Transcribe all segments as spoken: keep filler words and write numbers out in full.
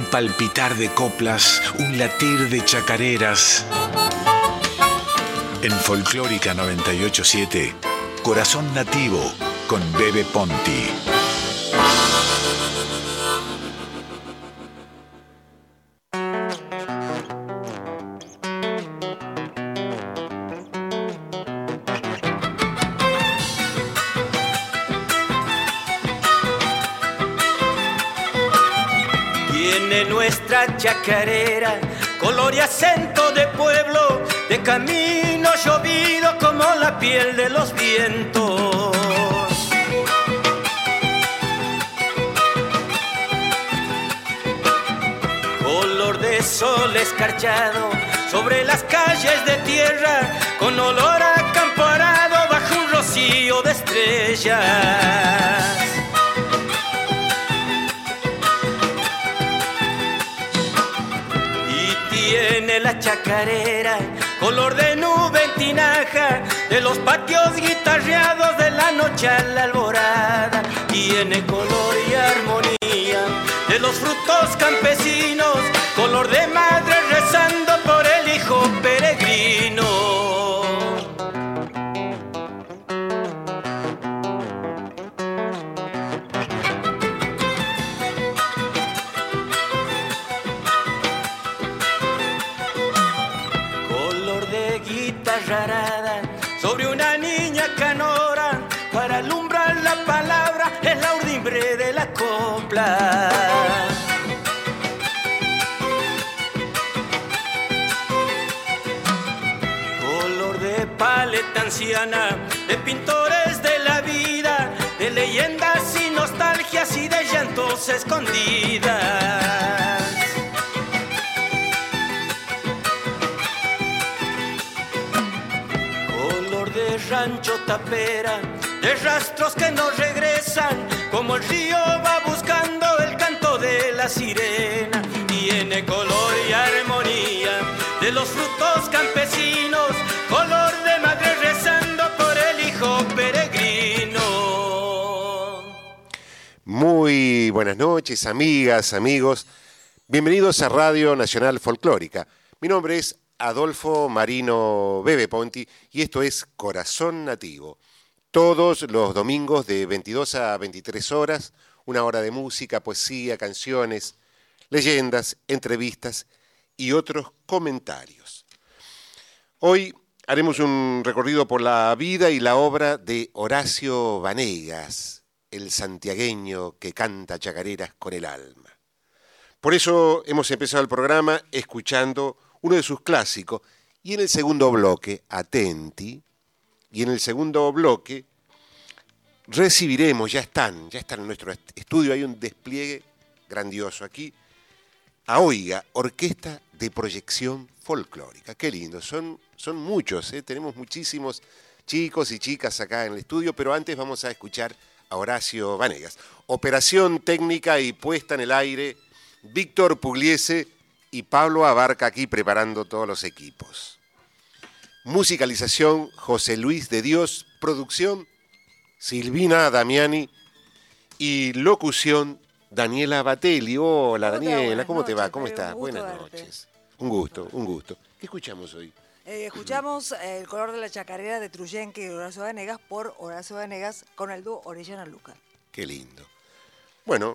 palpitar de coplas, un latir de chacareras. En Folclórica noventa y ocho punto siete, Corazón Nativo con Bebe Ponti. Tiene nuestra chacarera color y acento de pueblo, de camino llovido como la piel de los vientos. Color de sol escarchado sobre las calles de tierra, con olor a campo arado bajo un rocío de estrellas. Tiene la chacarera color de nube en tinaja, de los patios guitarreados de la noche a la alborada. Tiene color y armonía de los frutos campesinos, color de madre rezando por el hijo peregrino. Sobre una niña canora, para alumbrar la palabra, es la urdimbre de la copla. Color de paleta anciana, de pintores de la vida, de leyendas y nostalgias y de llantos escondidas. Rancho tapera, de rastros que no regresan, como el río va buscando el canto de la sirena. Tiene color y armonía de los frutos campesinos, color de madre rezando por el hijo peregrino. Muy buenas noches, amigas, amigos. Bienvenidos a Radio Nacional Folclórica. Mi nombre es Adolfo Marino Bebe Ponti y esto es Corazón Nativo. Todos los domingos de veintidós a veintitrés horas, una hora de música, poesía, canciones, leyendas, entrevistas y otros comentarios. Hoy haremos un recorrido por la vida y la obra de Horacio Vanegas, el santiagueño que canta chacareras con el alma. Por eso hemos empezado el programa escuchando uno de sus clásicos, y en el segundo bloque, atenti, y en el segundo bloque recibiremos, ya están, ya están en nuestro estudio, hay un despliegue grandioso aquí, a Oiga, Orquesta de Proyección Folclórica. Qué lindo, son, son muchos, ¿eh? Tenemos muchísimos chicos y chicas acá en el estudio, pero antes vamos a escuchar a Horacio Vanegas. Operación técnica y puesta en el aire, Víctor Pugliese y Pablo Abarca aquí preparando todos los equipos. Musicalización, José Luis de Dios. Producción, Silvina Damiani. Y locución, Daniela Batelli. Hola, Daniela, ¿cómo te va? ¿Cómo estás? Buenas noches. Un gusto, un gusto. ¿Qué escuchamos hoy? Eh, escuchamos El color de la chacarera de Truyenque y Horacio Vanegas por Horacio Vanegas con el dúo Original Luca. Qué lindo. Bueno,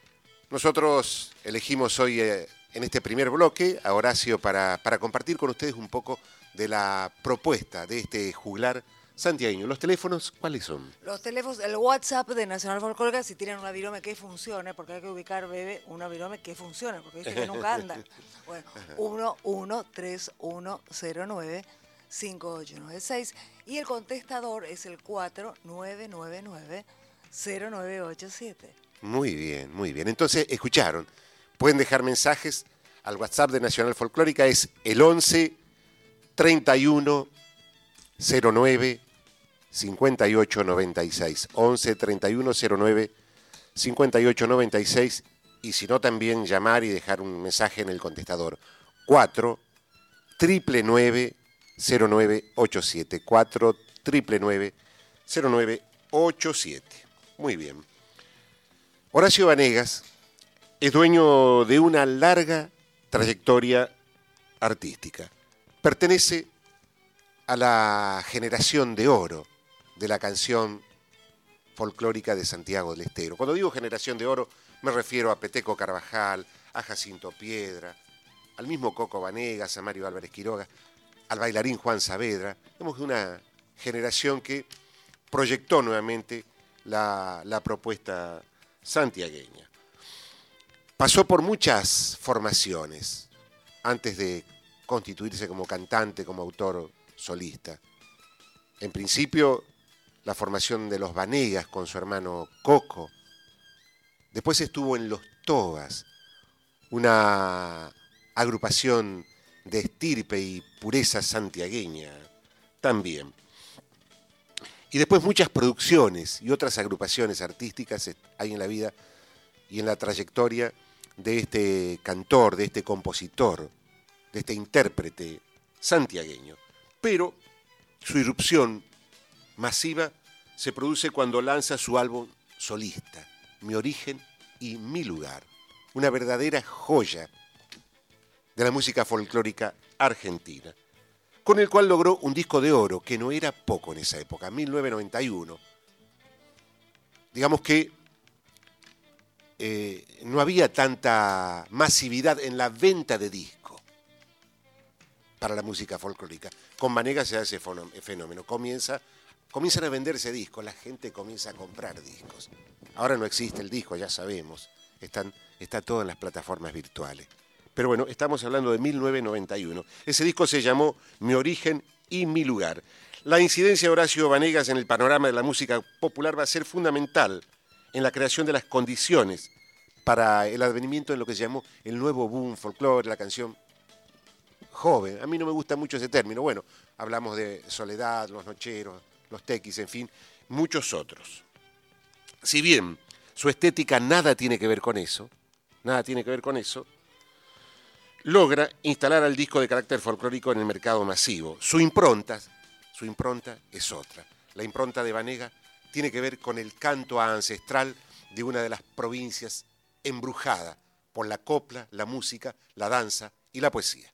nosotros elegimos hoy eh, en este primer bloque a Horacio para, para compartir con ustedes un poco de la propuesta de este juglar santiagueño. ¿Los teléfonos cuáles son? Los teléfonos, el WhatsApp de Nacional Folclórica, si tienen una virome que funcione, porque hay que ubicar, Bebe, una virome que funcione, porque dice que nunca anda. Bueno, uno uno tres uno cero nueve cinco ocho nueve seis y el contestador es el cuatro nueve nueve nueve cero nueve ocho siete. Muy bien, muy bien. Entonces, escucharon. Pueden dejar mensajes al WhatsApp de Nacional Folclórica, es el once treinta y uno cero nueve cincuenta y ocho noventa y seis. once treinta y uno cero nueve cincuenta y ocho noventa y seis. Y si no, también llamar y dejar un mensaje en el contestador. cuatro nueve nueve cero nueve ocho siete. cuatro nueve nueve cero nueve ocho siete. Muy bien. Horacio Vanegas es dueño de una larga trayectoria artística. Pertenece a la generación de oro de la canción folclórica de Santiago del Estero. Cuando digo generación de oro, me refiero a Peteco Carvajal, a Jacinto Piedra, al mismo Coco Vanegas, a Mario Álvarez Quiroga, al bailarín Juan Saavedra. Tenemos una generación que proyectó nuevamente la, la propuesta santiagueña. Pasó por muchas formaciones antes de constituirse como cantante, como autor solista. En principio, la formación de los Vanegas con su hermano Coco. Después estuvo en Los Tobas, una agrupación de estirpe y pureza santiagueña también. Y después muchas producciones y otras agrupaciones artísticas hay en la vida y en la trayectoria de este cantor, de este compositor, de este intérprete santiagueño. Pero su irrupción masiva se produce cuando lanza su álbum solista, Mi Origen y Mi Lugar, una verdadera joya de la música folclórica argentina, con el cual logró un disco de oro, que no era poco en esa época, mil novecientos noventa y uno. Digamos que eh, no había tanta masividad en la venta de disco para la música folclórica. Con Vanegas se da ese fenómeno, comienza, comienzan a venderse discos, la gente comienza a comprar discos. Ahora no existe el disco, ya sabemos, están, está todo en las plataformas virtuales. Pero bueno, estamos hablando de mil novecientos noventa y uno. Ese disco se llamó Mi Origen y Mi Lugar. La incidencia de Horacio Vanegas en el panorama de la música popular va a ser fundamental en la creación de las condiciones para el advenimiento de lo que se llamó el nuevo boom folclore, la canción joven. A mí no me gusta mucho ese término. Bueno, hablamos de Soledad, Los Nocheros, Los Tequis, en fin, muchos otros. Si bien su estética nada tiene que ver con eso, nada tiene que ver con eso, logra instalar al disco de carácter folclórico en el mercado masivo. Su impronta, su impronta es otra. La impronta de Vanegas tiene que ver con el canto ancestral de una de las provincias embrujada por la copla, la música, la danza y la poesía.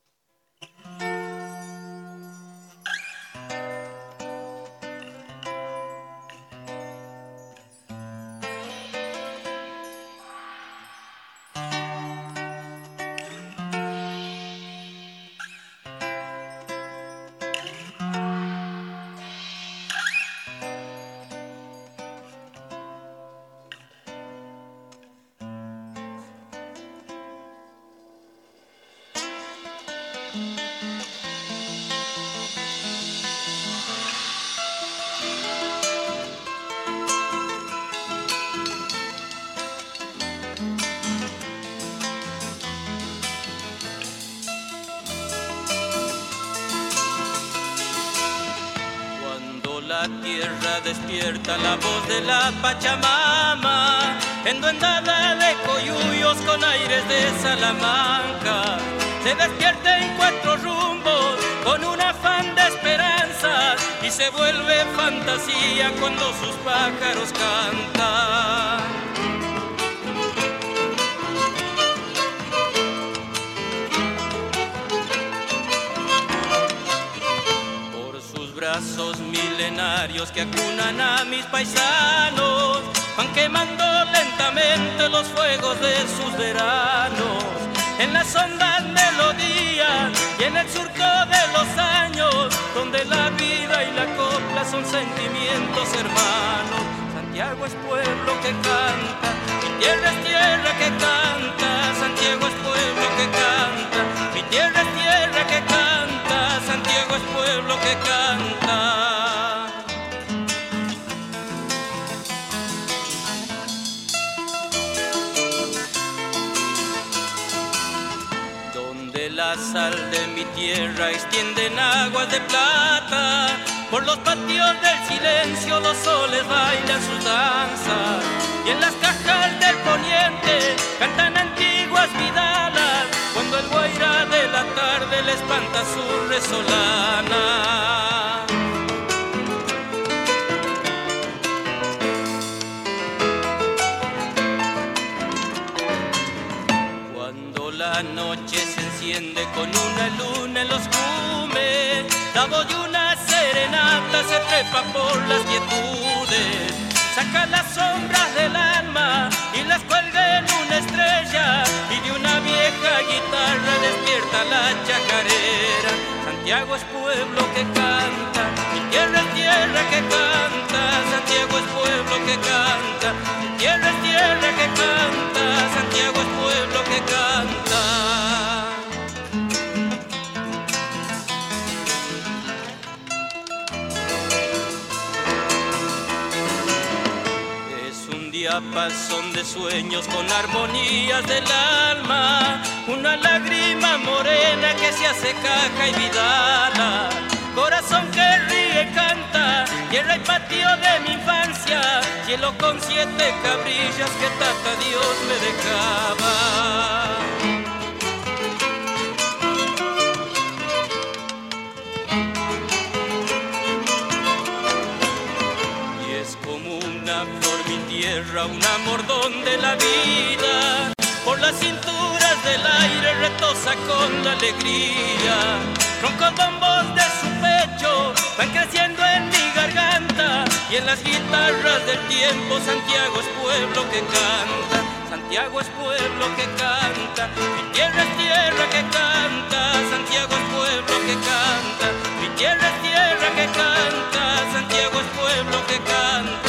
Despierta la voz de la Pachamama, enduendada de coyuyos con aires de Salamanca. Se despierta en cuatro rumbos con un afán de esperanza y se vuelve fantasía cuando sus pájaros cantan. Brazos milenarios que acunan a mis paisanos van quemando lentamente los fuegos de sus veranos. En las hondas melodías y en el surco de los años, donde la vida y la copla son sentimientos hermanos. Santiago es pueblo que canta, mi tierra es tierra que canta. Santiago es pueblo que canta, mi tierra es tierra que canta. Santiago es pueblo que canta. Donde la sal de mi tierra extienden aguas de plata, por los patios del silencio los soles bailan sus danzas, y en las cajas del poniente cantan antiguas vidalas, cuando el guairá de la tarde le espanta su resolana. La noche se enciende con una luna en los cumes, la voz de una serenata se trepa por las quietudes, saca las sombras del alma y las cuelga en una estrella, y de una vieja guitarra despierta la chacarera. Santiago es pueblo que canta, mi tierra es tierra que canta, Santiago es pueblo que canta, mi tierra es tierra que canta, Santiago es pueblo que canta. Diapasón de sueños con armonías del alma, una lágrima morena que se hace caja y vidala, corazón que ríe, canta, tierra y patio de mi infancia, cielo con siete cabrillas que tata Dios me dejaba. Tierra, un amordón de la vida, por las cinturas del aire retosa con la alegría. Roncos bombos de su pecho van creciendo en mi garganta, y en las guitarras del tiempo Santiago es pueblo que canta, Santiago es pueblo que canta, mi tierra es tierra que canta, Santiago es pueblo que canta, mi tierra es tierra que canta, Santiago es pueblo que canta.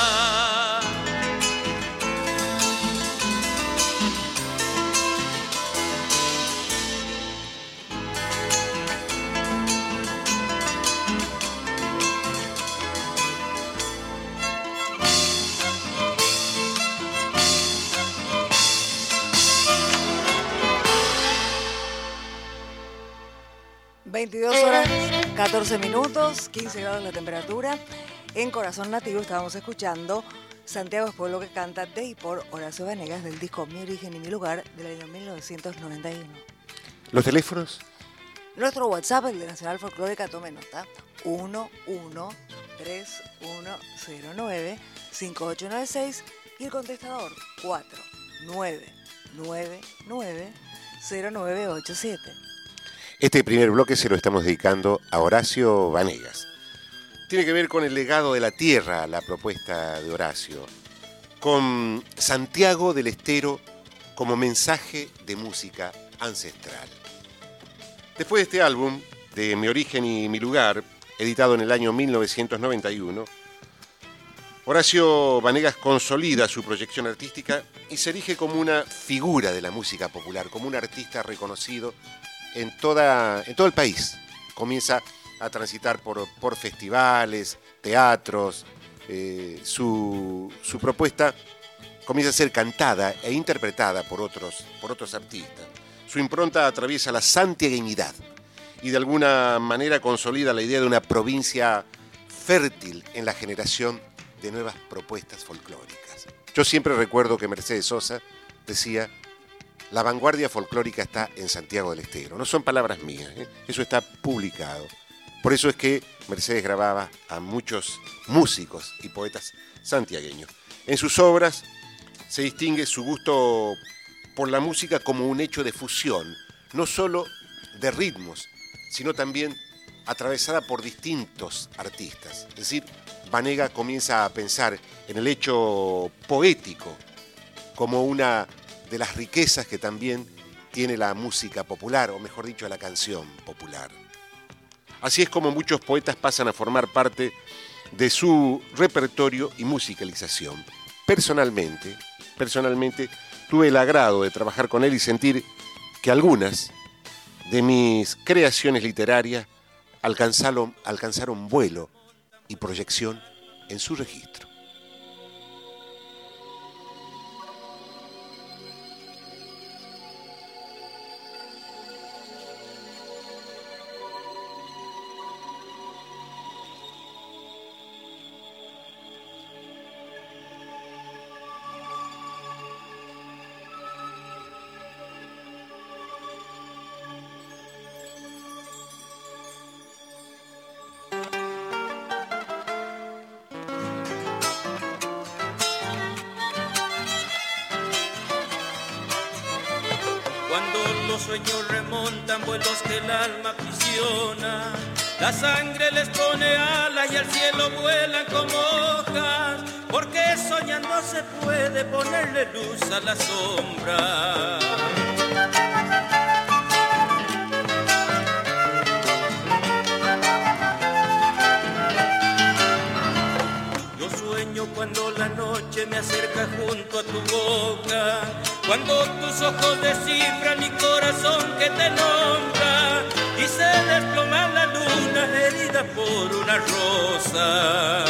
veintidós horas, catorce minutos, quince grados la temperatura. En Corazón Nativo estábamos escuchando Santiago es pueblo que canta, de y por Horacio Vanegas, del disco Mi Origen y Mi Lugar del año mil novecientos noventa y uno. ¿Los teléfonos? Nuestro WhatsApp, el de Nacional Folclórica, tome nota, uno uno tres uno cero nueve cinco ocho nueve seis, y el contestador cuatro nueve nueve nueve cero nueve ocho siete. Este primer bloque se lo estamos dedicando a Horacio Vanegas. Tiene que ver con el legado de la tierra, la propuesta de Horacio, con Santiago del Estero como mensaje de música ancestral. Después de este álbum, de Mi Origen y Mi Lugar, editado en el año mil novecientos noventa y uno, Horacio Vanegas consolida su proyección artística y se erige como una figura de la música popular, como un artista reconocido en, toda, en todo el país. Comienza a transitar por, por festivales, teatros, eh, su, su propuesta comienza a ser cantada e interpretada por otros, por otros artistas. Su impronta atraviesa la santiagueñidad y de alguna manera consolida la idea de una provincia fértil en la generación de nuevas propuestas folclóricas. Yo siempre recuerdo que Mercedes Sosa decía: la vanguardia folclórica está en Santiago del Estero. No son palabras mías, ¿eh? Eso está publicado. Por eso es que Mercedes grababa a muchos músicos y poetas santiagueños. En sus obras se distingue su gusto por la música como un hecho de fusión, no solo de ritmos, sino también atravesada por distintos artistas. Es decir, Vanegas comienza a pensar en el hecho poético como una de las riquezas que también tiene la música popular, o mejor dicho, la canción popular. Así es como muchos poetas pasan a formar parte de su repertorio y musicalización. Personalmente, personalmente tuve el agrado de trabajar con él y sentir que algunas de mis creaciones literarias alcanzaron, alcanzaron vuelo y proyección en su registro. los sueños remontan vuelos que el alma aprisiona. La sangre les pone alas y al cielo vuelan como hojas, porque soñando se puede ponerle luz a la sombra. Yo sueño cuando la noche me acerca junto a tu boca, cuando tus ojos descifran mi corazón que te nombra, y se desploma la luna herida por una rosa.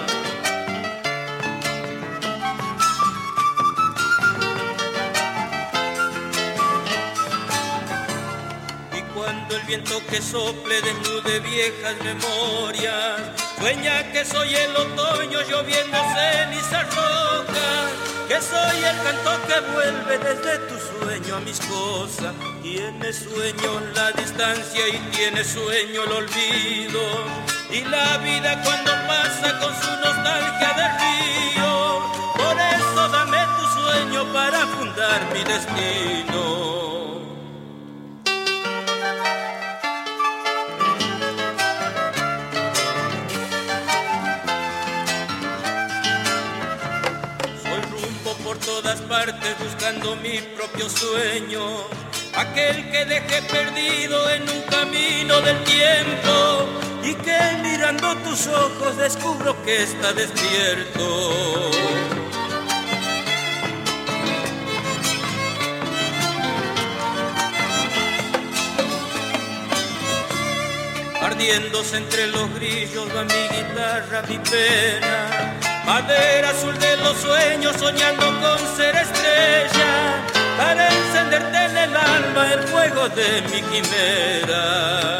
Y cuando el viento que sople desnude viejas memorias, sueña que soy el otoño lloviendo cenizas rojas, que soy el canto que vuelve desde tu sueño a mis cosas. Tiene sueño la distancia y tiene sueño el olvido, y la vida cuando pasa con su nostalgia de río. Por eso dame tu sueño para fundar mi destino. Por todas partes buscando mi propio sueño, aquel que dejé perdido en un camino del tiempo, y que mirando tus ojos descubro que está despierto. Ardiéndose entre los grillos va mi guitarra, mi pena, madera azul de los sueños, soñando con ser estrella, para encenderte en el alma el fuego de mi quimera.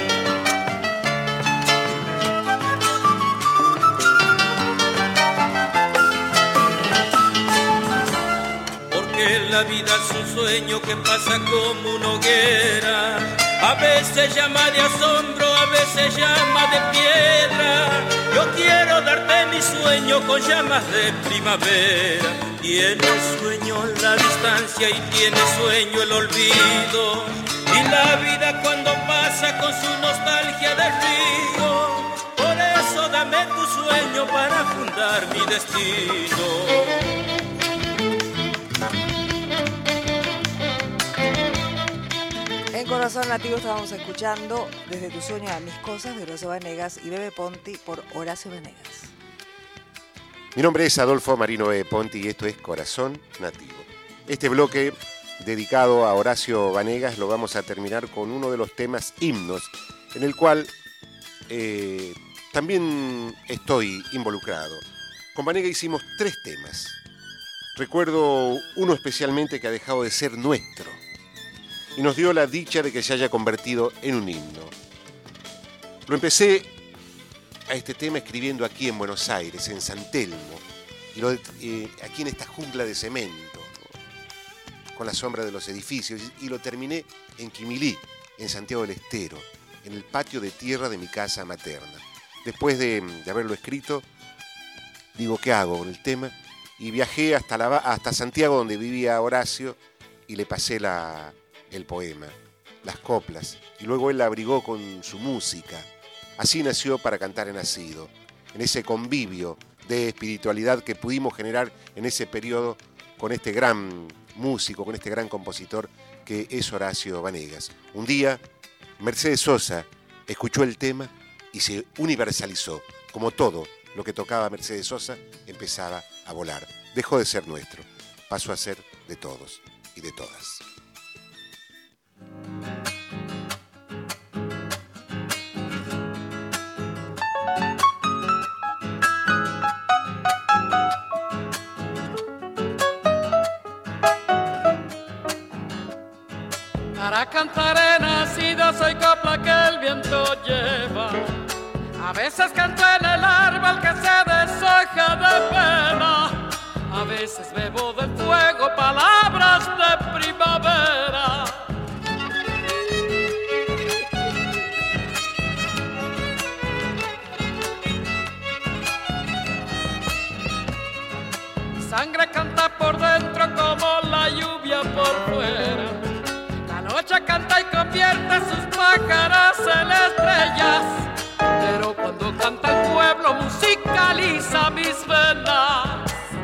Porque la vida es un sueño que pasa como una hoguera, a veces llama de asombro, a veces llama de piedra. Yo quiero darte mi sueño con llamas de primavera. Tiene sueño la distancia y tiene sueño el olvido, y la vida cuando pasa con su nostalgia de río. Por eso dame tu sueño para fundar mi destino. En Corazón Nativo estábamos escuchando Desde tu sueño a mis cosas de Horacio Vanegas y Bebe Ponti por Horacio Vanegas. Mi nombre es Adolfo Marino Bebe Ponti y esto es Corazón Nativo. Este bloque dedicado a Horacio Vanegas lo vamos a terminar con uno de los temas himnos en el cual eh, también estoy involucrado. Con Vanegas hicimos tres temas. Recuerdo uno especialmente que ha dejado de ser nuestro y nos dio la dicha de que se haya convertido en un himno. Lo empecé a este tema escribiendo aquí en Buenos Aires, en San Telmo, y lo, eh, aquí en esta jungla de cemento, ¿no?, con la sombra de los edificios, y lo terminé en Quimilí, en Santiago del Estero, en el patio de tierra de mi casa materna. Después de, de haberlo escrito, digo, ¿qué hago con el tema? Y viajé hasta, la, hasta Santiago, donde vivía Horacio, y le pasé la... el poema, las coplas, y luego él la abrigó con su música. Así nació Para Cantar He Nacido, en ese convivio de espiritualidad que pudimos generar en ese periodo con este gran músico, con este gran compositor que es Horacio Vanegas. Un día, Mercedes Sosa escuchó el tema y se universalizó. Como todo lo que tocaba Mercedes Sosa, empezaba a volar. Dejó de ser nuestro, pasó a ser de todos y de todas. Para cantar he nacido, soy copla que el viento lleva. A veces canto en el árbol que se deshoja de pena. A veces bebo del fuego palabras de primavera. Mi sangre canta por dentro como la lluvia por fuera. noche canta y convierte sus pájaros en estrellas, pero cuando canta el pueblo musicaliza mis venas.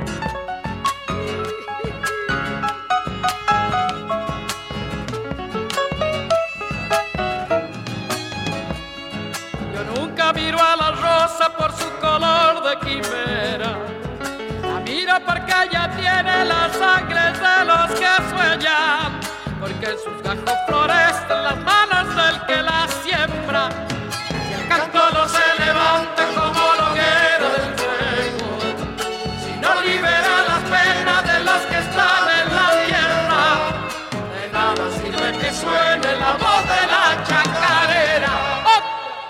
Yo nunca miro a la rosa por su color de quimera, la miro porque ella tiene la sangre de los que sueñan, porque en sus gajos florecen las manos del que la siembra. Si el canto no se levanta como la hoguera del fuego, si no libera las penas de los que están en la tierra, de nada sirve que suene la voz de la chacarera. ¡Oh!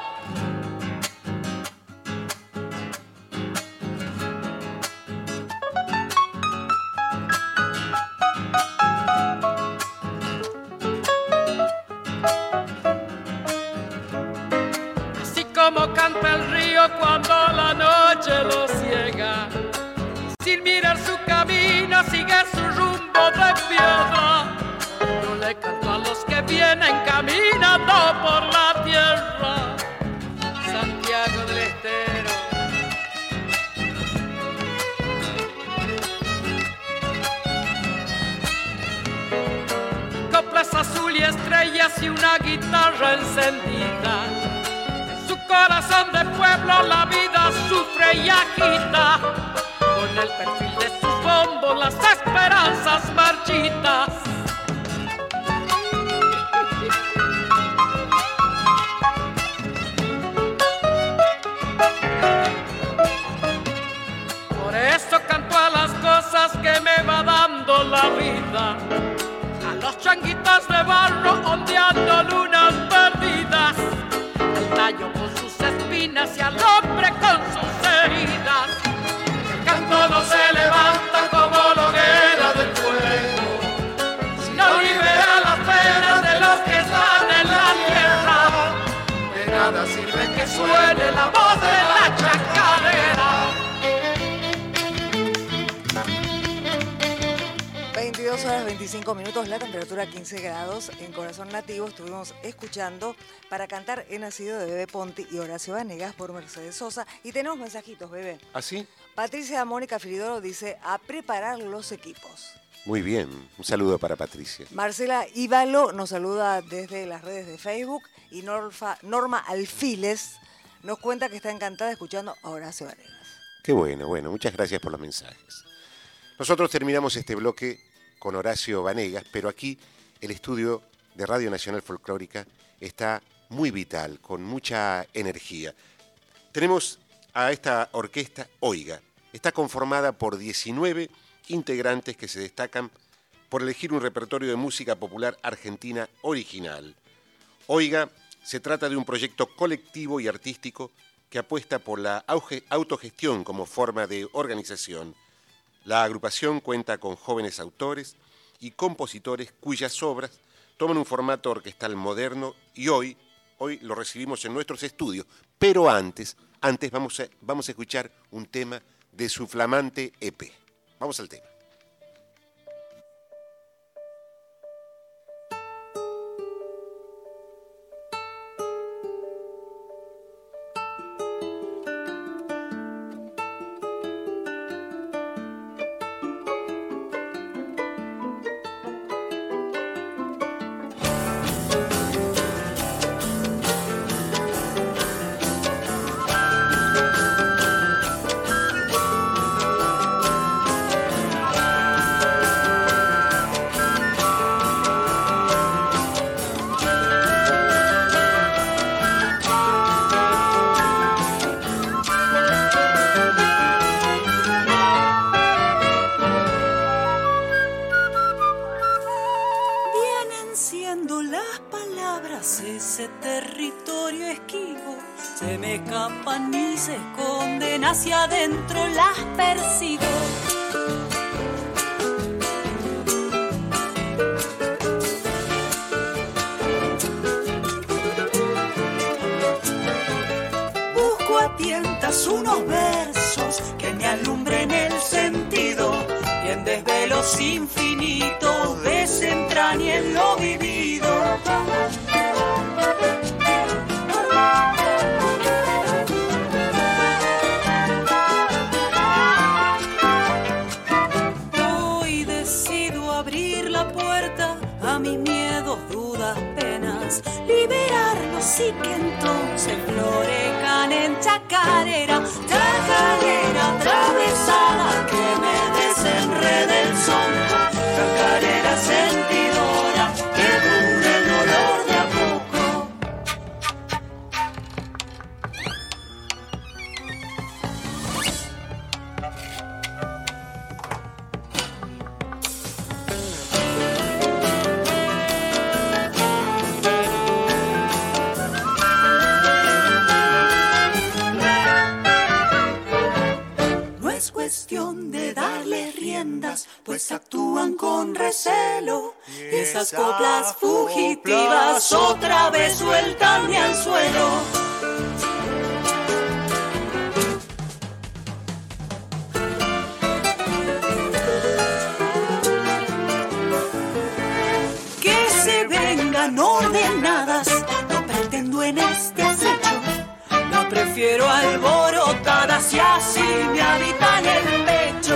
Como canta el río cuando la noche lo ciega, sin mirar su camino sigue su rumbo de piedra. Yo le canto a los que vienen caminando por la tierra, Santiago del Estero. Coplas azul y estrellas y una guitarra encendida, corazón de pueblo la vida sufre y agita, con el perfil de sus bombos las esperanzas marchitas. Por eso canto a las cosas que me va dando la vida, a los changuitos de barro ondeando lunas perdidas, al tallo con sus espinas y al hombre con sus heridas. El canto no se levanta como la hoguera del fuego, si no libera las penas de los que están en la tierra. De nada sirve que suene la voz de la chacarera. veintidós horas veinticinco minutos, la temperatura quince grados. En Corazón Nativo estuvimos escuchando Para Cantar He Nacido de Bebe Ponti y Horacio Vanegas por Mercedes Sosa. Y tenemos mensajitos, Bebe. ¿Ah, sí? Patricia Mónica Firidoro dice, a preparar los equipos. Muy bien, un saludo para Patricia. Marcela Ívalo nos saluda desde las redes de Facebook y Norfa, Norma Alfiles nos cuenta que está encantada escuchando a Horacio Vanegas. Qué bueno, bueno, muchas gracias por los mensajes. Nosotros terminamos este bloque con Horacio Vanegas, pero aquí el estudio de Radio Nacional Folclórica está muy vital, con mucha energía. Tenemos a esta orquesta Oiga. Está conformada por diecinueve integrantes que se destacan por elegir un repertorio de música popular argentina original. Oiga se trata de un proyecto colectivo y artístico que apuesta por la autogestión como forma de organización. La agrupación cuenta con jóvenes autores y compositores cuyas obras toman un formato orquestal moderno y hoy, hoy lo recibimos en nuestros estudios. Pero antes, antes vamos a, vamos a escuchar un tema de su flamante E P. Vamos al tema. ese territorio esquivo, se me escapan y se esconden, hacia adentro las persigo. Busco a tientas unos versos que me alumbren el sentido y en desvelos infinitos desentrañen lo vivido. las penas, liberarlos y que entonces florezcan en chacarera, chacarera atravesada que me desenrede el son, chacarera sentidora que cure el dolor de a poco. Cuestión de darles riendas, pues actúan con recelo. Esas coplas fugitivas otra vez sueltan al suelo. Que se vengan ordenadas, no pretendo en este acecho. Prefiero alborotadas y así me habitan el pecho.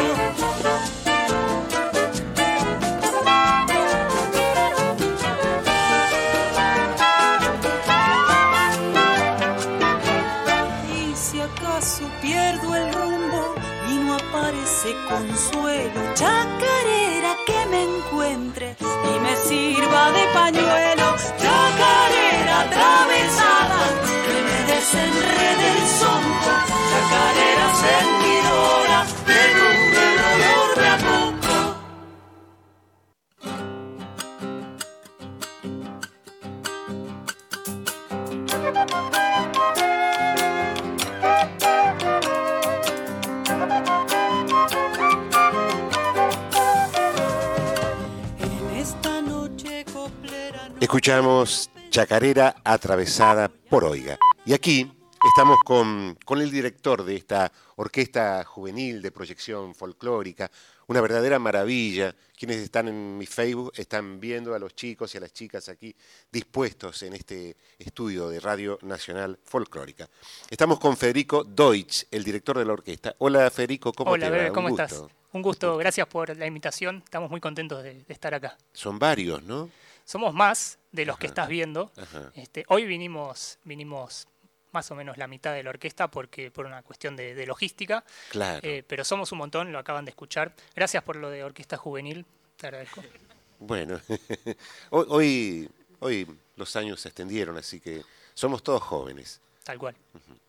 Y si acaso pierdo el rumbo y no aparece consuelo, chacarera que me encuentre y me sirva de pañuelo, chacarera atravesada que me desenrede el son, chacarera sentidora que cure el dolor de a poco. Escuchamos Chacarera atravesada por Oiga. Y aquí estamos con, con el director de esta orquesta juvenil de proyección folclórica, una verdadera maravilla. Quienes están en mi Facebook están viendo a los chicos y a las chicas aquí dispuestos en este estudio de Radio Nacional Folclórica. Estamos con Federico Deutsch, el director de la orquesta. Hola Federico, ¿cómo Hola, te va? Bebe, ¿cómo Un estás? gusto. Un gusto, gracias por la invitación. Estamos muy contentos de, de estar acá. Son varios, ¿no? Somos más de los Ajá. que estás viendo. Este, hoy vinimos, vinimos más o menos la mitad de la orquesta porque por una cuestión de, de logística. Claro. Eh, pero somos un montón, lo acaban de escuchar. Gracias por lo de orquesta juvenil, te agradezco. Bueno, hoy, hoy, hoy los años se extendieron, así que somos todos jóvenes. Tal cual.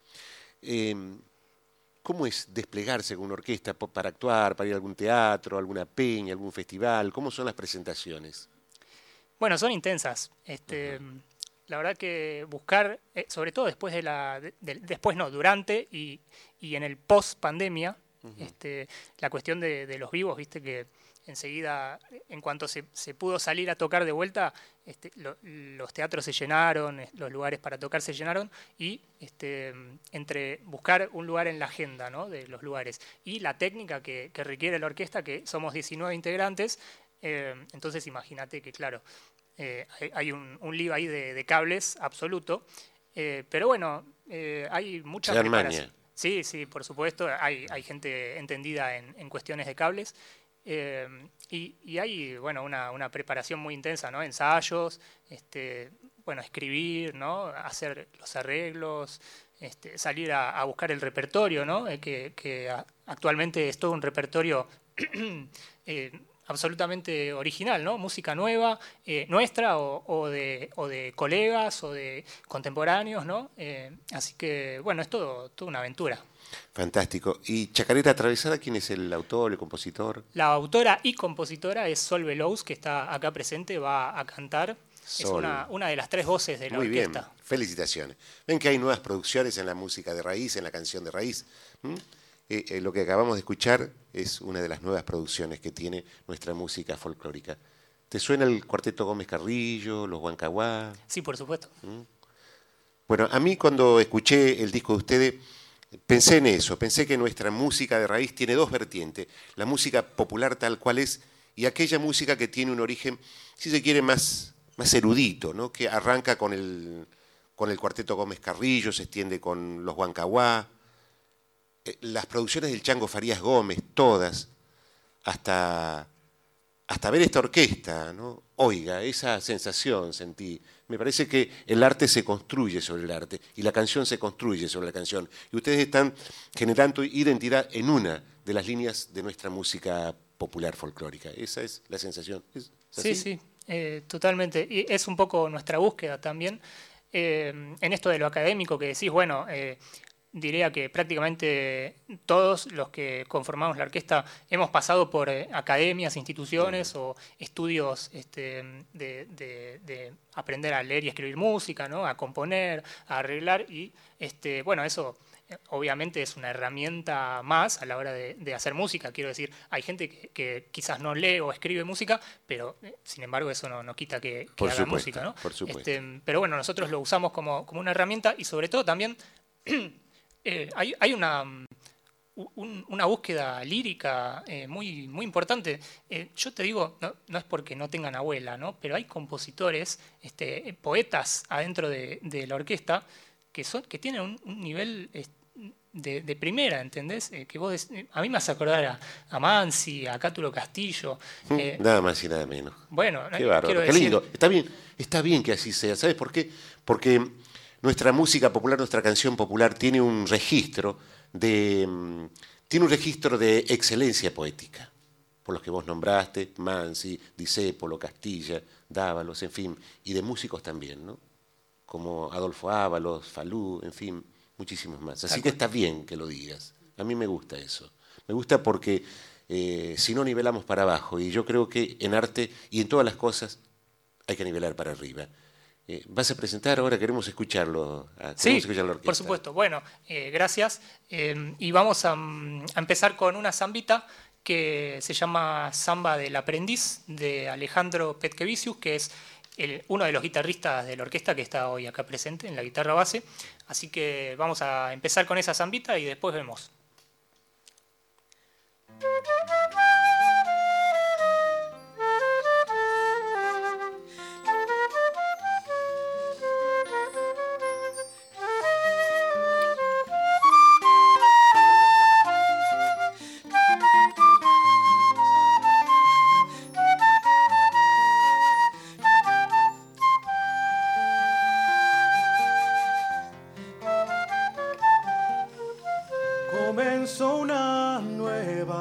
Eh, ¿Cómo es desplegarse con una orquesta po- para actuar, para ir a algún teatro, alguna peña, algún festival? ¿Cómo son las presentaciones? Bueno, son intensas. Este, la verdad que buscar, eh, sobre todo después de la, de- de- después no, durante y, y en el post pandemia, este, la cuestión de, de los vivos, viste que enseguida, en cuanto se, se pudo salir a tocar de vuelta, este, lo- los teatros se llenaron, eh, los lugares para tocar se llenaron y este, entre buscar un lugar en la agenda, ¿no?, de los lugares y la técnica que, que requiere la orquesta, que somos diecinueve integrantes, eh, entonces imagínate que, claro, eh, hay, hay un, un lío ahí de, de cables absoluto, eh, pero bueno, eh, hay mucha Se dan preparación. maña. Sí, sí, por supuesto, hay, hay gente entendida en, en cuestiones de cables. Eh, y, y hay, bueno, una, una preparación muy intensa, ¿no? Ensayos, este, bueno, escribir, ¿no? Hacer los arreglos, este, salir a, a buscar el repertorio, ¿no? Eh, que, que a- actualmente es todo un repertorio eh, absolutamente original, ¿no? Música nueva, eh, nuestra o, o, de, o de colegas o de contemporáneos, ¿no? Eh, así que, bueno, es todo, toda una aventura. Fantástico. ¿Y Chacarera atravesada, quién es el autor, el compositor? La autora y compositora es Sol Velouz, que está acá presente, va a cantar. Es Sol. una, una de las tres voces de la Muy bien, orquesta. felicitaciones. Ven que hay nuevas producciones en la música de raíz, en la canción de raíz. ¿Mm? Eh, eh, lo que acabamos de escuchar es una de las nuevas producciones que tiene nuestra música folclórica. ¿Te suena el Cuarteto Gómez Carrillo, los Huancahuá? Sí, por supuesto. Bueno, a mí cuando escuché el disco de ustedes, pensé en eso, pensé que nuestra música de raíz tiene dos vertientes, la música popular tal cual es y aquella música que tiene un origen, si se quiere, más, más erudito, ¿no? Que arranca con el, con el Cuarteto Gómez Carrillo, se extiende con los Huancahuá, eh, las producciones del Chango Farías Gómez, todas, hasta, hasta ver esta orquesta, ¿no? oiga, esa sensación sentí. Me parece que el arte se construye sobre el arte y la canción se construye sobre la canción. Y ustedes están generando identidad en una de las líneas de nuestra música popular folclórica. Esa es la sensación. ¿Es así? Sí, sí, eh, totalmente. Y es un poco nuestra búsqueda también. Eh, en esto de lo académico que decís, bueno, eh, diría que prácticamente todos los que conformamos la orquesta hemos pasado por eh, academias, instituciones uh-huh. o estudios este, de, de, de aprender a leer y escribir música, ¿no? A componer, a arreglar y este, bueno, eso eh, obviamente es una herramienta más a la hora de, de hacer música. Quiero decir, hay gente que, que quizás no lee o escribe música, pero eh, sin embargo eso no, no quita que, que por haga supuesto, música, ¿no? Por supuesto. Este, pero bueno, nosotros lo usamos como, como una herramienta y sobre todo también Eh, hay, hay una, un, una búsqueda lírica eh, muy, muy importante. Eh, yo te digo, no, no es porque no tengan abuela, ¿no? Pero hay compositores, este, poetas adentro de, de la orquesta que, son, que tienen un, un nivel de, de primera, ¿entendés? Eh, que vos des, a mí me hace acordar a, a Mansi, a Cátulo Castillo. Eh, nada más y nada menos. Bueno, qué bárbaro, qué lindo. Está bien, está bien que así sea. ¿Sabes por qué? Porque nuestra música popular, nuestra canción popular tiene un registro de, tiene un registro de excelencia poética, por los que vos nombraste, Mansi, Discépolo, Castilla, Dávalos, en fin, y de músicos también, ¿no? Como Adolfo Ábalos, Falú, en fin, muchísimos más. Así que está bien que lo digas. A mí me gusta eso. Me gusta porque eh, si no nivelamos para abajo, y yo creo que en arte y en todas las cosas hay que nivelar para arriba. Eh, ¿Vas a presentar ahora? Queremos escucharlo. Ah, queremos sí, escuchar la orquesta. Por supuesto. Bueno, eh, gracias. Eh, y vamos a, a empezar con una zambita que se llama Samba del Aprendiz, de Alejandro Petkevicius, que es el, uno de los guitarristas de la orquesta que está hoy acá presente en la guitarra base. Así que vamos a empezar con esa zambita y después vemos. Comenzó una nueva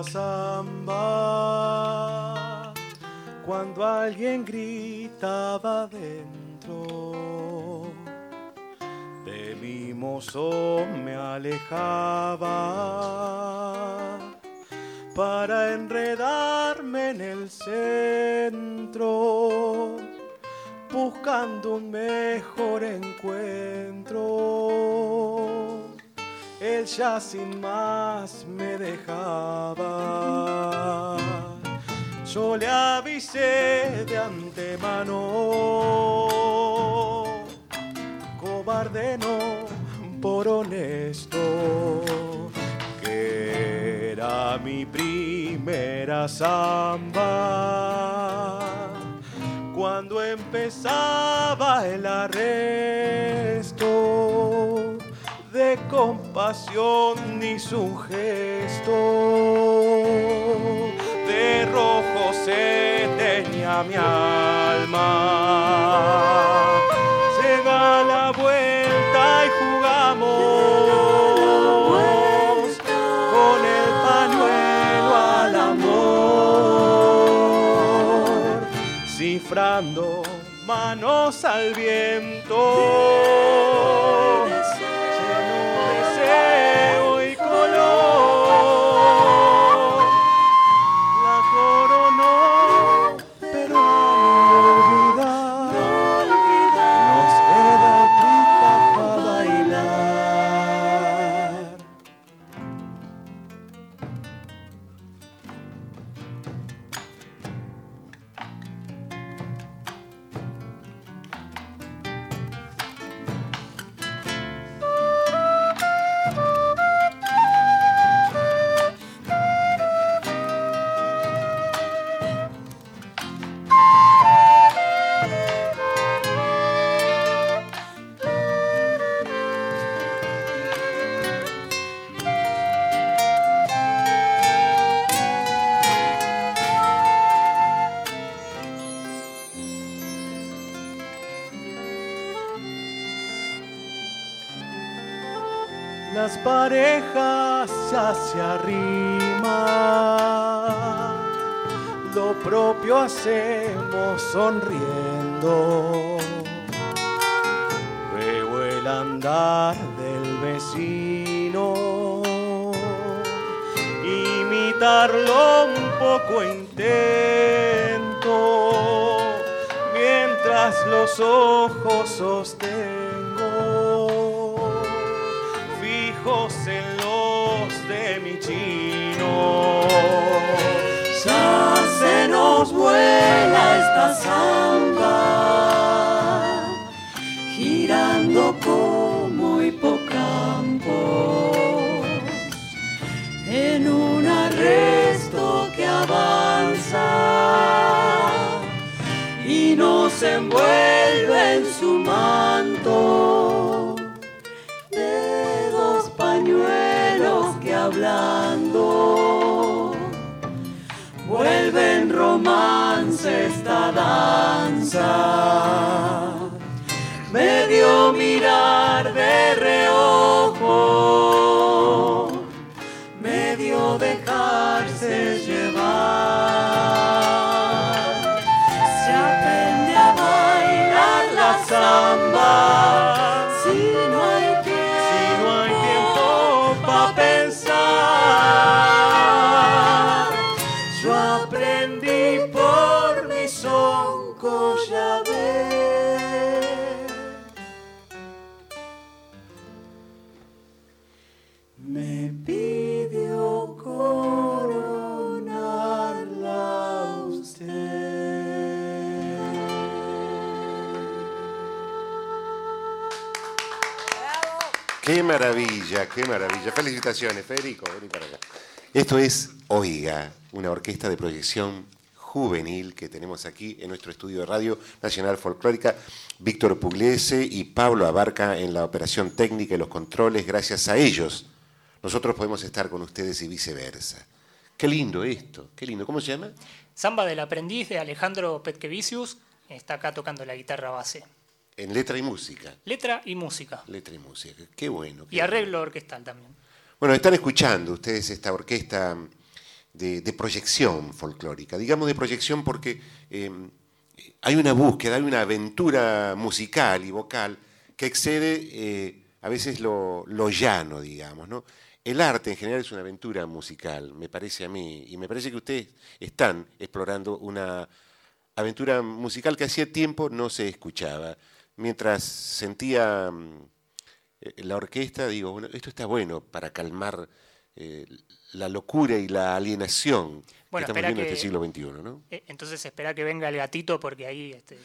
samba cuando alguien gritaba dentro. De mi mozo me alejaba para enredarme en el centro, buscando un mejor encuentro. Él ya sin más me dejaba. Yo le avisé de antemano, cobarde no, por honesto, que era mi primera samba. Cuando empezaba el arresto, de compasión hizo un gesto, de rojo se teñía mi alma. Llega la vuelta y jugamos con el pañuelo al amor, cifrando manos al viento. Y color la coronó, pero no olvidar, nos queda triste para bailar. las parejas ya se arriman, lo propio hacemos sonriendo. Veo el andar del vecino, imitarlo un poco intento, mientras los ojos sostengo fijos en los de mi chino. Ya se nos vuela esta samba, girando como hipocampos, en un arresto que avanza y nos envuelve en su manto de dos pañuelos que hablando vuelven romance esta danza. Medio mirar de reojo, medio dejarse llevar. Se aprende a bailar la samba si no hay tiempo, Si no hay tiempo pa' pensar. Yo aprendí por mi sonco, ya ves. Me pidió coronarla a usted. Qué maravilla, qué maravilla. Felicitaciones, Federico, vení para acá. Esto es Oiga, una orquesta de proyección juvenil que tenemos aquí en nuestro estudio de Radio Nacional Folclórica. Víctor Pugliese y Pablo Abarca en la operación técnica y los controles. Gracias a ellos nosotros podemos estar con ustedes y viceversa. Qué lindo esto, qué lindo. ¿Cómo se llama? Samba del aprendiz de Alejandro Petkevicius, está acá tocando la guitarra base. En letra y música. Letra y música. Letra y música, qué bueno. Qué Y arreglo bueno. orquestal también. Bueno, están escuchando ustedes esta orquesta de, de proyección folclórica. Digamos de proyección porque eh, hay una búsqueda, hay una aventura musical y vocal que excede eh, a veces lo, lo llano, digamos, ¿no? El arte en general es una aventura musical, me parece a mí, y me parece que ustedes están explorando una aventura musical que hacía tiempo no se escuchaba. Mientras sentía eh, la orquesta, digo, bueno, esto está bueno para calmar eh, la locura y la alienación Bueno, que estamos espera viendo en que- este siglo veintiuno, ¿no? Eh, Entonces espera que venga el gatito porque ahí este,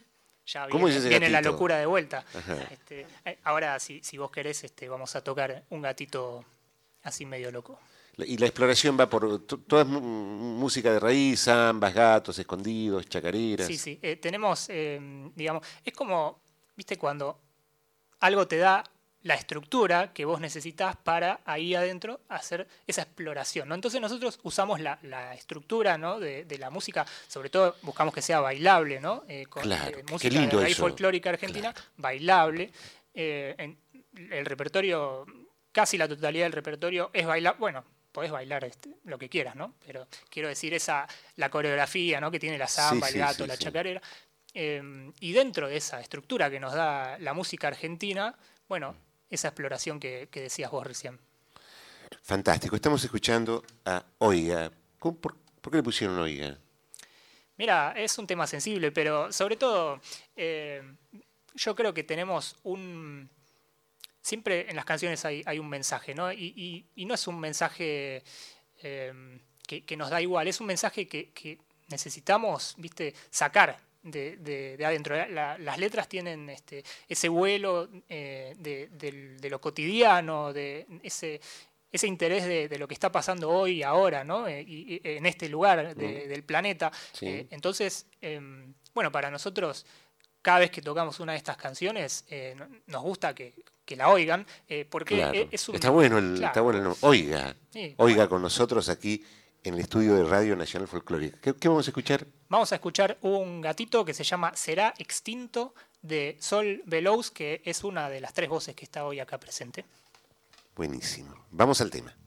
ya ¿Cómo viene, es ese viene la gatito? locura de vuelta. Ajá. Este, eh, ahora, si, si vos querés, este, vamos a tocar un gatito así medio loco. La- Y la exploración va por to- toda es mu- música de raíz, zambas, gatos escondidos, chacareras. Sí, sí. eh, tenemos, eh, digamos, es como, viste, cuando algo te da la estructura que vos necesitas para ahí adentro hacer esa exploración, ¿no? Entonces nosotros usamos la, la estructura, ¿no? de, de la música, sobre todo buscamos que sea bailable, ¿no? Eh, con Claro, eh, qué música lindo de raíz eso. folclórica argentina, Claro. bailable. eh, en- el repertorio, casi la totalidad del repertorio es bailable. Bueno, podés bailar este, lo que quieras, ¿no? Pero quiero decir, esa la coreografía, ¿no? que tiene la samba, Sí, el sí, gato, sí, la sí. chacarera. Eh, y dentro de esa estructura que nos da la música argentina, bueno, esa exploración que, que decías vos recién. Fantástico. Estamos escuchando a Oiga. ¿Cómo- por, por qué le pusieron Oiga? Mira, es un tema sensible, pero sobre todo eh, yo creo que tenemos un... Siempre en las canciones hay, hay un mensaje, ¿no? Y, y- y no es un mensaje eh, que, que nos da igual, es un mensaje que, que necesitamos, ¿viste?, sacar de, de- de adentro. La- las letras tienen este, ese vuelo eh, de, del- de lo cotidiano, de ese, ese interés de, de lo que está pasando hoy y ahora, ¿no? Eh, y, y en este lugar de- del planeta. Sí. Eh, entonces, eh, bueno, para nosotros, cada vez que tocamos una de estas canciones, eh, no- nos gusta que, que la oigan, eh, porque Claro. es, es un... Está bueno el, Claro. está bueno el nombre. Oiga. Sí, Oiga bueno. con nosotros aquí en el estudio de Radio Nacional Folclórica. ¿Qué, qué vamos a escuchar? Vamos a escuchar un gatito que se llama Será Extinto, de Sol Velouz, que es una de las tres voces que está hoy acá presente. Buenísimo. Vamos al tema.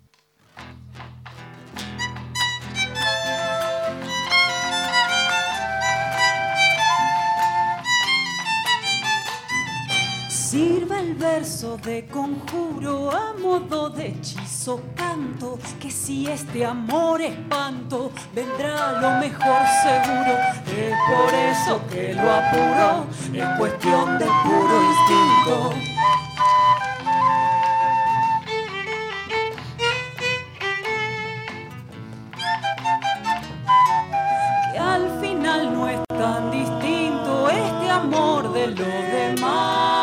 Sirva el verso de conjuro a modo de hechizo canto, que si este amor espanto, vendrá lo mejor seguro. Es por eso que lo apuro, es cuestión de puro instinto. Que al final no es tan distinto este amor de lo demás.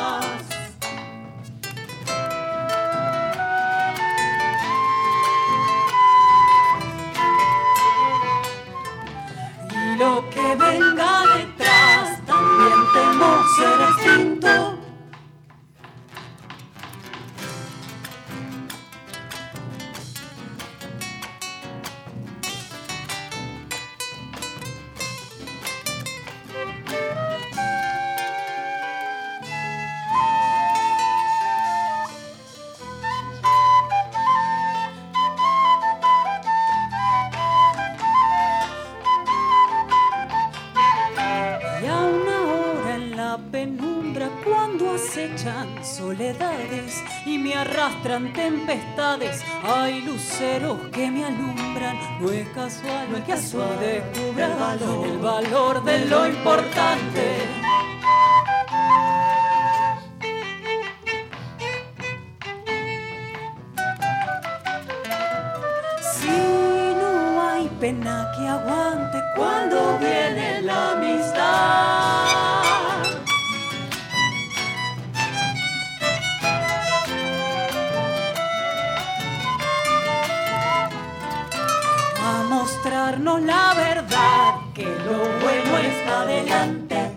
Lo que venga detrás también temo ser extinto. Soledades y me arrastran tempestades, hay luceros que me alumbran, no es casual, no es casual descubrir el valor, el valor de lo importante. Si no hay pena que aguante cuando viene la amistad. Mostrarnos la verdad, que lo bueno está adelante.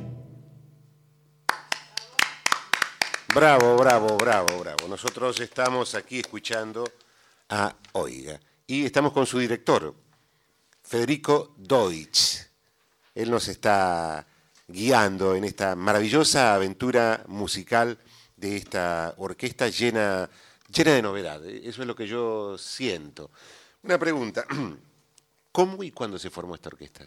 Bravo, bravo, bravo, bravo. Nosotros estamos aquí escuchando a Oiga y estamos con su director, Federico Deutsch. Él nos está guiando en esta maravillosa aventura musical de esta orquesta llena, llena de novedad. Eso es lo que yo siento. Una pregunta. ¿Cómo y cuándo se formó esta orquesta?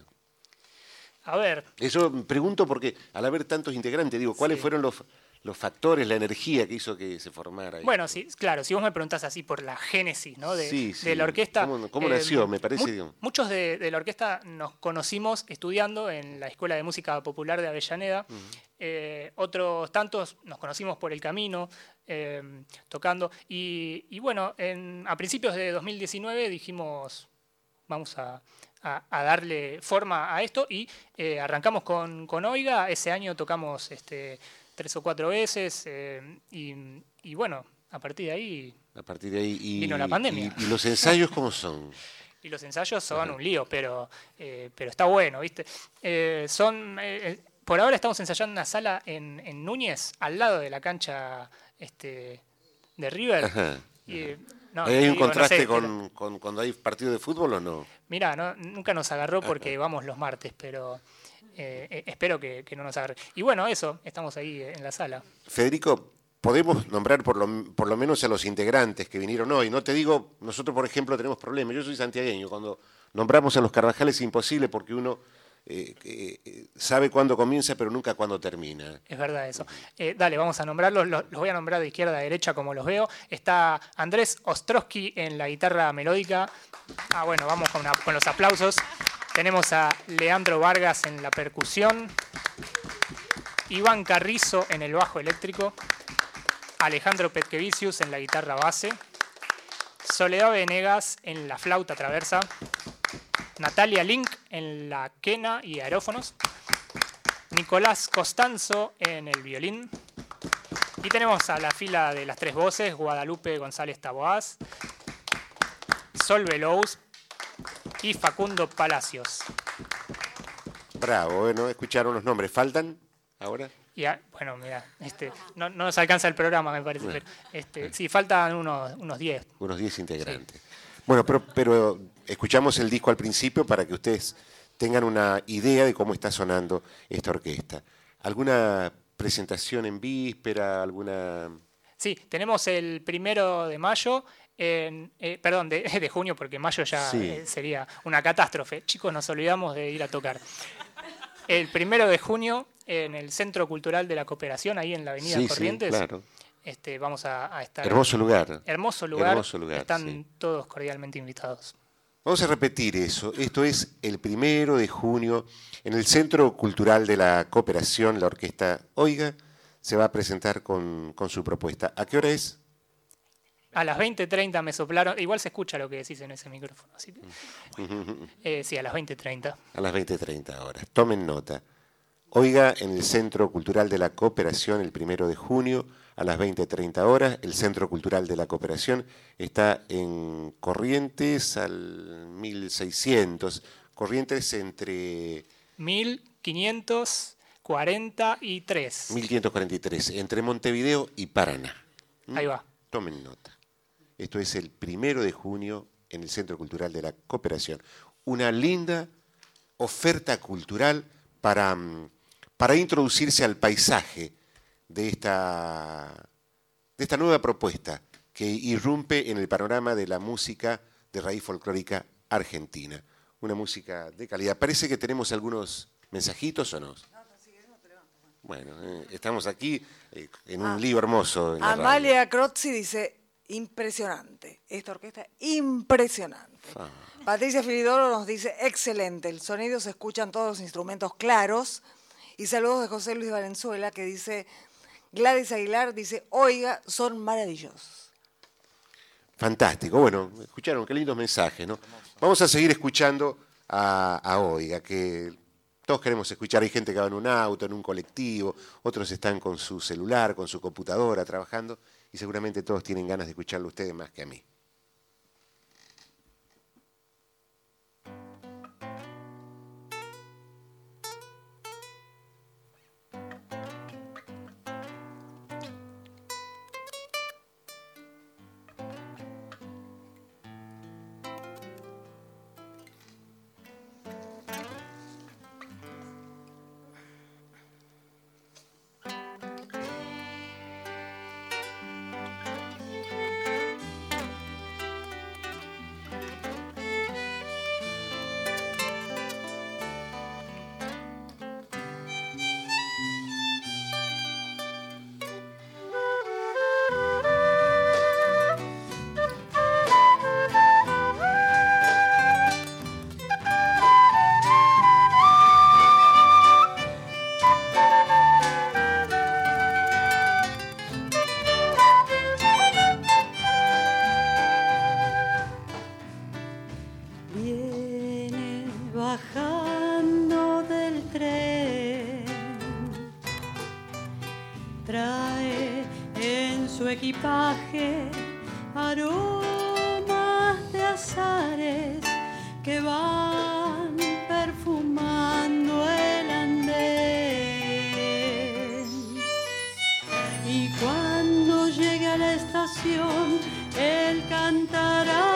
A ver. Eso pregunto porque al haber tantos integrantes, digo, ¿cuáles sí. fueron los, los factores, la energía que hizo que se formara? Bueno, sí, claro, si vos me preguntás así por la génesis, ¿no? de, sí, sí. de la orquesta. ¿Cómo, cómo eh, nació, me parece? Mu digamos. Muchos de, de la orquesta nos conocimos estudiando en la Escuela de Música Popular de Avellaneda. Uh-huh. eh, otros tantos nos conocimos por el camino, eh, tocando. Y, y bueno, en, a principios de dos mil diecinueve dijimos... Vamos a, a, a darle forma a esto y eh, arrancamos con, con Oiga. Ese año tocamos este, tres o cuatro veces eh, y, y bueno, a partir de ahí, a partir de ahí y, vino la pandemia. ¿Y, y los ensayos cómo son? Y los ensayos son Ajá. un lío, pero, eh, pero está bueno, ¿viste? Eh, son, eh, por ahora estamos ensayando en una sala en, en Núñez, al lado de la cancha este, de River. Ajá. Y, no, ¿Hay un digo, contraste no sé, con, pero, con cuando hay partido de fútbol o no? Mirá, no, nunca nos agarró porque vamos los martes, pero eh, espero que, que no nos agarre. Y bueno, eso, estamos ahí en la sala. Federico, podemos nombrar por lo, por lo menos a los integrantes que vinieron hoy. No te digo, nosotros por ejemplo tenemos problemas. Yo soy santiagueño, cuando nombramos a los Carvajales es imposible porque uno eh, eh, sabe cuándo comienza pero nunca cuándo termina. Es verdad eso. Eh, dale, vamos a nombrarlos. Los, los voy a nombrar de izquierda a derecha como los veo. Está Andrés Ostrowski en la guitarra melódica. Ah, bueno, vamos con, una, con los aplausos. Tenemos a Leandro Vargas en la percusión. Iván Carrizo en el bajo eléctrico. Alejandro Petkevicius en la guitarra base. Soledad Venegas en la flauta traversa. Natalia Link en la quena y aerófonos. Nicolás Costanzo en el violín. Y tenemos a la fila de las tres voces, Guadalupe González Taboás, Sol Velous y Facundo Palacios. Bravo, bueno, escucharon los nombres. ¿Faltan ahora? Y a, bueno, mira, este, no, no nos alcanza el programa, me parece, bueno, pero este, sí, faltan unos unos diez. Unos diez integrantes. Sí. Bueno, pero, pero escuchamos el disco al principio para que ustedes tengan una idea de cómo está sonando esta orquesta. ¿Alguna presentación en víspera? ¿Alguna...? Sí, tenemos el primero de mayo, en, eh, perdón, de, de junio, porque mayo ya Sí. eh, sería una catástrofe. Chicos, nos olvidamos de ir a tocar. El primero de junio en el Centro Cultural de la Cooperación, ahí en la Avenida Sí, Corrientes. sí, claro. Este, vamos a, a estar. Hermoso lugar. Hermoso lugar. Hermoso lugar, Están sí. todos cordialmente invitados. Vamos a repetir eso. Esto es el primero de junio en el Centro Cultural de la Cooperación. La orquesta Oiga se va a presentar con, con su propuesta. ¿A qué hora es? A las veinte treinta me soplaron. Igual se escucha lo que decís en ese micrófono. Así que, eh, sí, a las veinte treinta. A las veinte treinta horas. Tomen nota. Oiga en el Centro Cultural de la Cooperación el primero de junio a las veinte treinta horas. El Centro Cultural de la Cooperación está en Corrientes al mil seiscientos. Corrientes entre mil quinientos cuarenta y tres. mil quinientos cuarenta y tres, entre Montevideo y Paraná. ¿Mm? Ahí va. Tomen nota. Esto es el primero de junio en el Centro Cultural de la Cooperación. Una linda oferta cultural para, para introducirse al paisaje de esta, de esta nueva propuesta que irrumpe en el panorama de la música de raíz folclórica argentina. Una música de calidad. Parece que tenemos algunos mensajitos o no. Bueno, eh, estamos aquí eh, en un Ah, lío hermoso. En la radio. Amalia Crozzi dice, impresionante. Esta orquesta, impresionante. Ah. Patricia Filidoro nos dice, excelente. El sonido se escuchan todos los instrumentos claros. Y saludos de José Luis Valenzuela, que dice, Gladys Aguilar dice, oiga, son maravillosos. Fantástico. Bueno, escucharon, qué lindos mensajes, ¿no? Vamos a seguir escuchando a, a Oiga, que todos queremos escuchar. Hay gente que va en un auto, en un colectivo, otros están con su celular, con su computadora, trabajando, y seguramente todos tienen ganas de escucharlo a ustedes más que a mí. Viene bajando del tren, trae en su equipaje aromas de azares que van perfumando el andén. Y cuando llegue a la estación, él cantará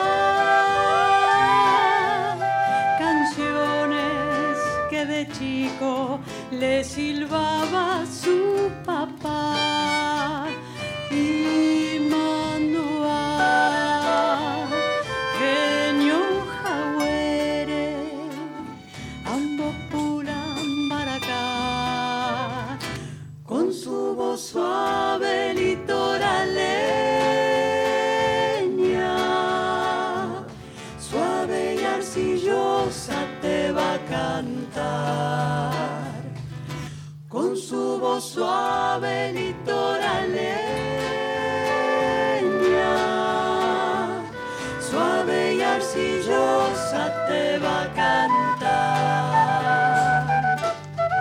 canciones que de chico le silbaba su papá. Y Manuel, genio jagüere, ambos pulan para acá, con su voz suave litoraleña, suave y arcillosa te va a cantar, con su voz suave litoraleña, suave y arcillosa te va a cantar.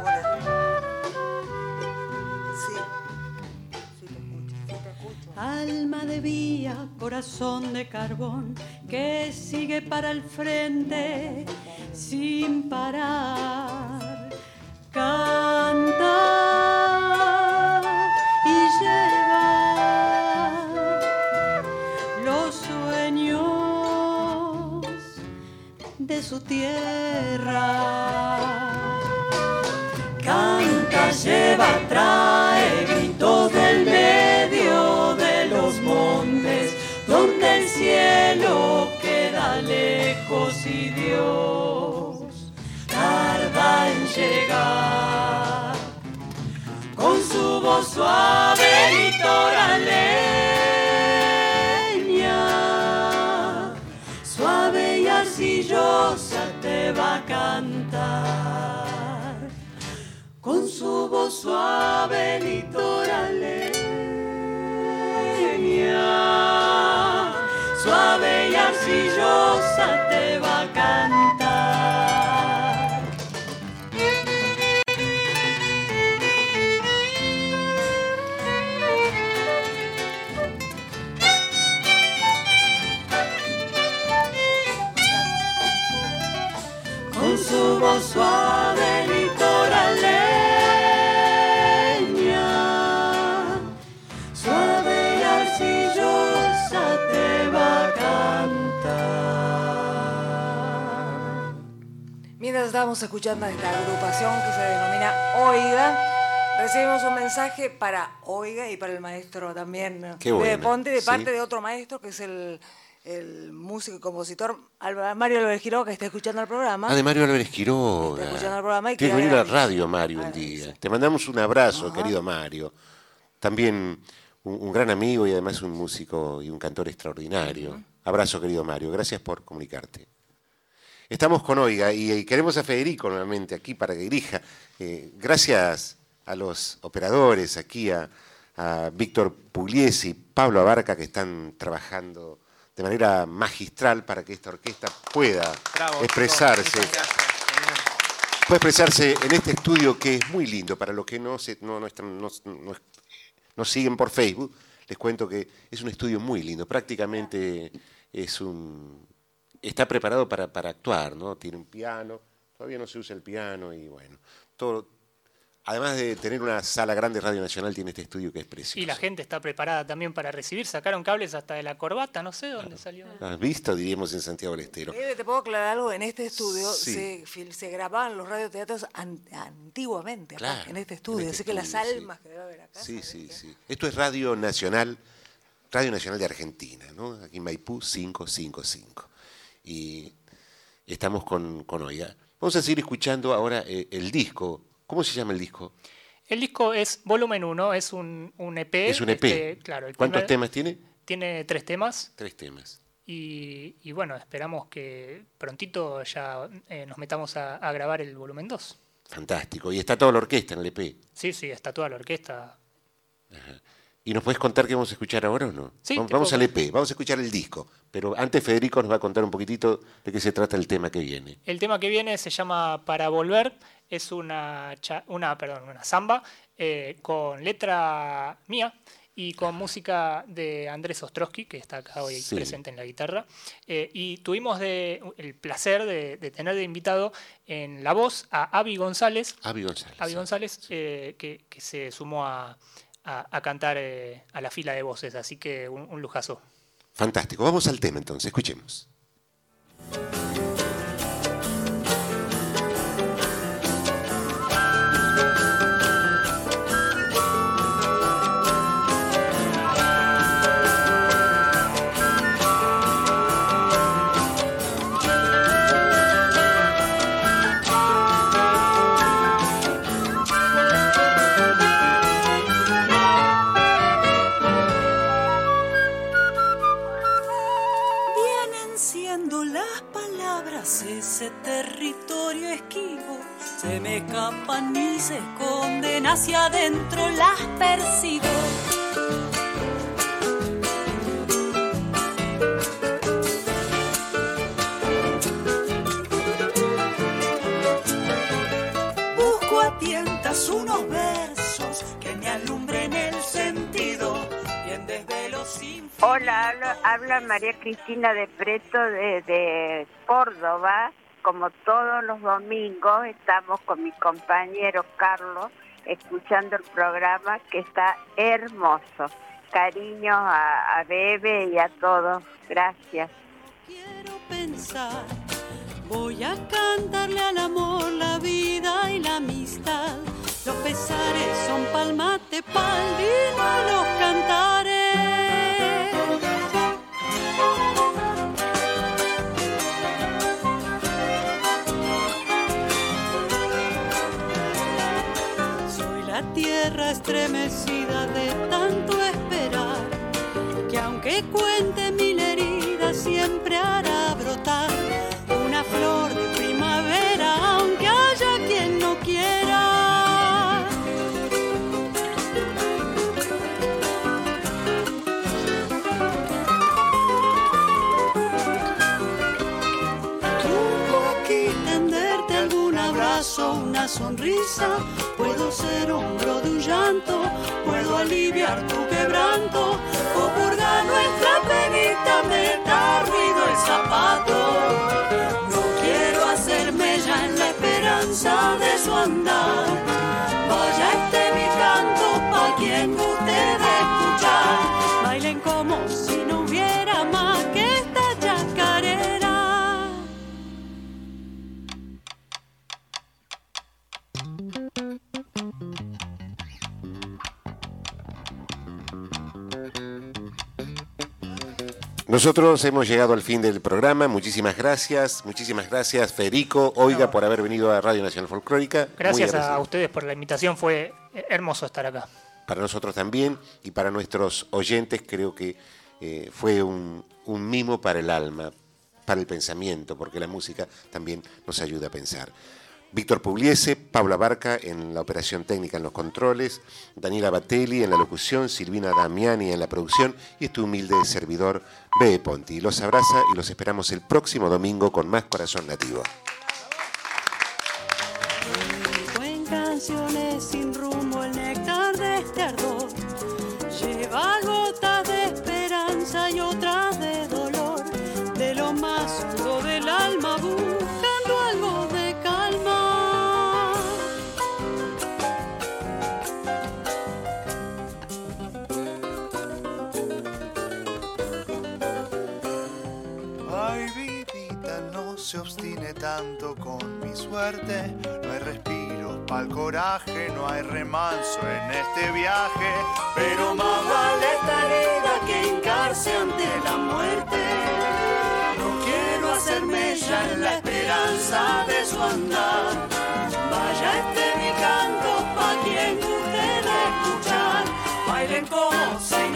Sí, sí te escucho, sí te escucho. Alma de vía, corazón de carbón, que sigue para el frente sin parar. Canta y lleva los sueños de su tierra. Canta, lleva, trae gritos del medio de está lejos y Dios tarda en llegar. Con su voz suave litoraleña, suave y arcillosa te va a cantar. Con su voz suave litoraleña, suave y arcillosa te va a cantar. Con su voz suave litoraleña, suave y arcillosa te va a cantar. Mientras estábamos escuchando a esta agrupación que se denomina Oiga, recibimos un mensaje para Oiga y para el maestro también Qué de bueno, Ponte, de sí. parte de otro maestro que es el, el músico y compositor Alba- Mario Álvarez Quiroga, que está escuchando el programa. Ah, de Mario Álvarez Quiroga. Está escuchando el programa y Tienes que quiere venir a la agradecer. radio, Mario, un Ah, día. sí. Te mandamos un abrazo, Ajá. querido Mario. También un, un gran amigo y además un músico y un cantor extraordinario. Abrazo, querido Mario. Gracias por comunicarte. Estamos con Oiga y, y queremos a Federico nuevamente aquí para que dirija. Eh, gracias a los operadores, aquí a, a Víctor Pugliesi, Pablo Abarca, que están trabajando de manera magistral para que esta orquesta pueda Bravo, expresarse. chicos. Muchas gracias. Puede expresarse en este estudio que es muy lindo. Para los que no, se, no, no, están, no, no, nos siguen por Facebook, les cuento que es un estudio muy lindo. Prácticamente es un, está preparado para, para actuar, ¿no? Tiene un piano, todavía no se usa el piano y bueno, todo. Además de tener una sala grande, Radio Nacional tiene este estudio que es precioso. Y la gente está preparada también para recibir. Sacaron cables hasta de la corbata, no sé dónde salió. ¿Has visto? Diríamos en Santiago del Estero. Bebe, ¿te puedo aclarar algo? En este estudio Sí. se, fil- se grababan los radioteatros an- antiguamente, acá, Claro, en este estudio. en este así que las estudio, sí. almas que debe haber acá. Sí, ¿sabes sí, qué? sí. Esto es Radio Nacional, Radio Nacional de Argentina, ¿no? Aquí en Maipú quinientos cincuenta y cinco. Y estamos con, con Oiga. Vamos a seguir escuchando ahora eh, el disco. ¿Cómo se llama el disco? El disco es volumen uno, es un, un E P. Es un E P. este, claro, el ¿Cuántos primer- temas tiene? Tiene tres temas. Tres temas. Y, y bueno, esperamos que prontito ya eh, nos metamos a, a grabar el volumen dos. Fantástico. Y está toda la orquesta en el E P. Sí, sí, está toda la orquesta. ¿Y nos puedes contar qué vamos a escuchar ahora o no? Sí, vamos te vamos puedo al E P, vamos a escuchar el disco. Pero antes Federico nos va a contar un poquitito de qué se trata el tema que viene. El tema que viene se llama Para Volver. Es una, cha- una, perdón, una samba eh, con letra mía y con música de Andrés Ostrowski, que está acá hoy Sí. presente en la guitarra. Eh, y tuvimos de, el placer de, de tener de invitado en la voz a Avi González, Avi González. Avi González eh, que, que se sumó a, a- a cantar eh, a la fila de voces. Así que un, un lujazo. Fantástico. Vamos al tema entonces, escuchemos. Vienen siendo las palabras ese territorio esquivo. Se me escapan y se esconden hacia adentro, las persigo. Busco a tientas unos versos que me alumbren el sentido y en desvelo sin fin. Hola, habla, habla María Cristina de Preto de, de Córdoba. Como todos los domingos estamos con mi compañero Carlos escuchando el programa que está hermoso. Cariños a, a Bebe y a todos. Gracias. Quiero pensar, voy a cantarle al amor la vida y la amistad. Los pesares son palmate, palvino los cantaré. tierra estremecida de tanto esperar, que aunque cuente mil heridas siempre hará brotar una flor de primavera, aunque haya quien no quiera. Puedo aquí tenderte algún abrazo, una sonrisa, puedo ser hombro de un llanto, puedo aliviar tu quebranto, o purgar nuestra penita, me da ruido el zapato. No quiero hacerme ya en la esperanza de su andar. Vaya este mi canto pa' quien guste de escuchar. Bailen como si no hubiera más que esta chacarera. Nosotros hemos llegado al fin del programa. Muchísimas gracias. Muchísimas gracias, Federico, Oiga, no. por haber venido a Radio Nacional Folclórica. Gracias a ustedes por la invitación. Fue hermoso estar acá. Para nosotros también y para nuestros oyentes creo que eh, fue un, un mimo para el alma, para el pensamiento, porque la música también nos ayuda a pensar. Víctor Pugliese, Paula Barca en la operación técnica en los controles, Daniela Batelli en la locución, Silvina Damiani en la producción y este humilde servidor Bebe Ponti. Los abraza y los esperamos el próximo domingo con más Corazón Nativo. En canciones sin rumbo el néctar de este ardor lleva gotas de esperanza y otras de dolor, de lo más hondo del alma buscando algo de calma. Ay, vidita, no se obstine tanto con mi suerte. No hay respiro pa'l coraje, no hay remanso en este viaje. Pero más vale esta herida que hincarse ante la muerte. No quiero hacerme ya en la esperanza de su andar. Vaya este mi canto pa' quien guste de escuchar. Bailen como se